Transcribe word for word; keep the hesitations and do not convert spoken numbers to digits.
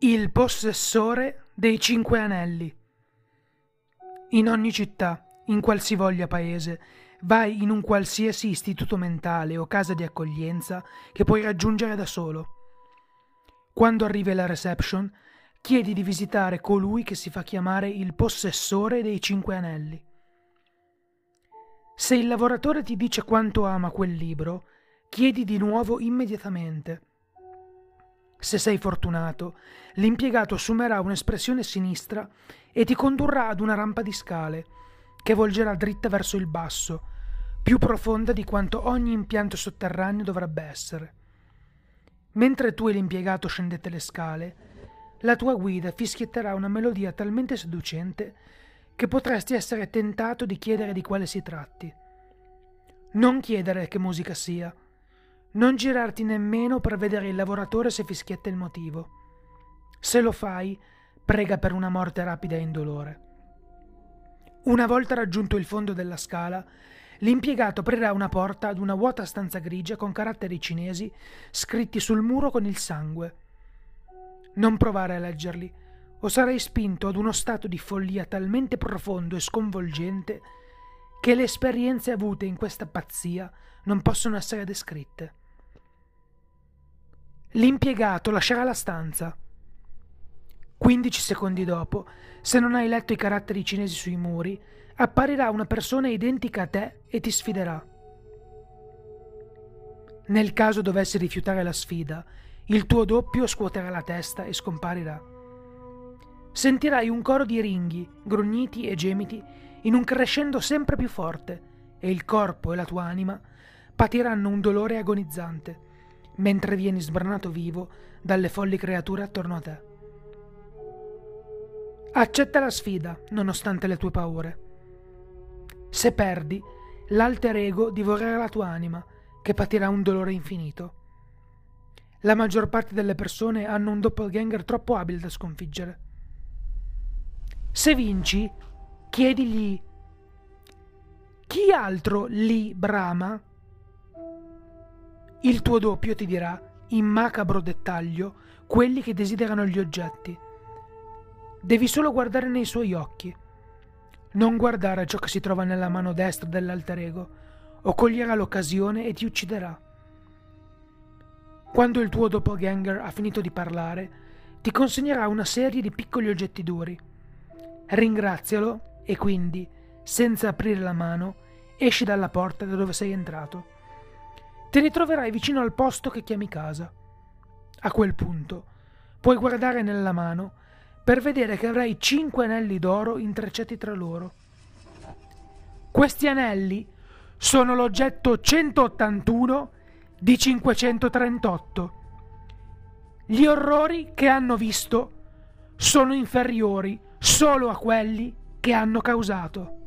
Il possessore dei cinque anelli. In ogni città, in qualsivoglia paese, vai in un qualsiasi istituto mentale o casa di accoglienza che puoi raggiungere da solo. Quando arrivi alla reception, chiedi di visitare colui che si fa chiamare il possessore dei cinque anelli. Se il lavoratore ti dice quanto ama quel libro, chiedi di nuovo immediatamente. Se sei fortunato, l'impiegato assumerà un'espressione sinistra e ti condurrà ad una rampa di scale che volgerà dritta verso il basso, più profonda di quanto ogni impianto sotterraneo dovrebbe essere. Mentre tu e l'impiegato scendete le scale, la tua guida fischietterà una melodia talmente seducente che potresti essere tentato di chiedere di quale si tratti. Non chiedere che musica sia. Non girarti nemmeno per vedere il lavoratore se fischietta il motivo. Se lo fai, prega per una morte rapida e indolore. Una volta raggiunto il fondo della scala, l'impiegato aprirà una porta ad una vuota stanza grigia con caratteri cinesi scritti sul muro con il sangue. Non provare a leggerli, o sarai spinto ad uno stato di follia talmente profondo e sconvolgente che le esperienze avute in questa pazzia non possono essere descritte. L'impiegato lascerà la stanza. quindici secondi dopo, se non hai letto i caratteri cinesi sui muri, apparirà una persona identica a te e ti sfiderà. Nel caso dovessi rifiutare la sfida, il tuo doppio scuoterà la testa e scomparirà. Sentirai un coro di ringhi, grugniti e gemiti in un crescendo sempre più forte e il corpo e la tua anima patiranno un dolore agonizzante mentre vieni sbranato vivo dalle folli creature attorno a te. Accetta la sfida, nonostante le tue paure. Se perdi, l'alter ego divorerà la tua anima, che patirà un dolore infinito. La maggior parte delle persone hanno un doppelganger troppo abile da sconfiggere. Se vinci, chiedigli: chi altro lì brama? Il tuo doppio ti dirà, in macabro dettaglio, quelli che desiderano gli oggetti. Devi solo guardare nei suoi occhi. Non guardare a ciò che si trova nella mano destra dell'alter ego, o coglierà l'occasione e ti ucciderà. Quando il tuo doppelganger ha finito di parlare, ti consegnerà una serie di piccoli oggetti duri. Ringrazialo e quindi, senza aprire la mano, esci dalla porta da dove sei entrato. Ti ritroverai vicino al posto che chiami casa. A quel punto puoi guardare nella mano per vedere che avrai cinque anelli d'oro intrecciati tra loro. Questi anelli sono l'oggetto centottantuno di cinquecentotrentotto. Gli orrori che hanno visto sono inferiori solo a quelli che hanno causato.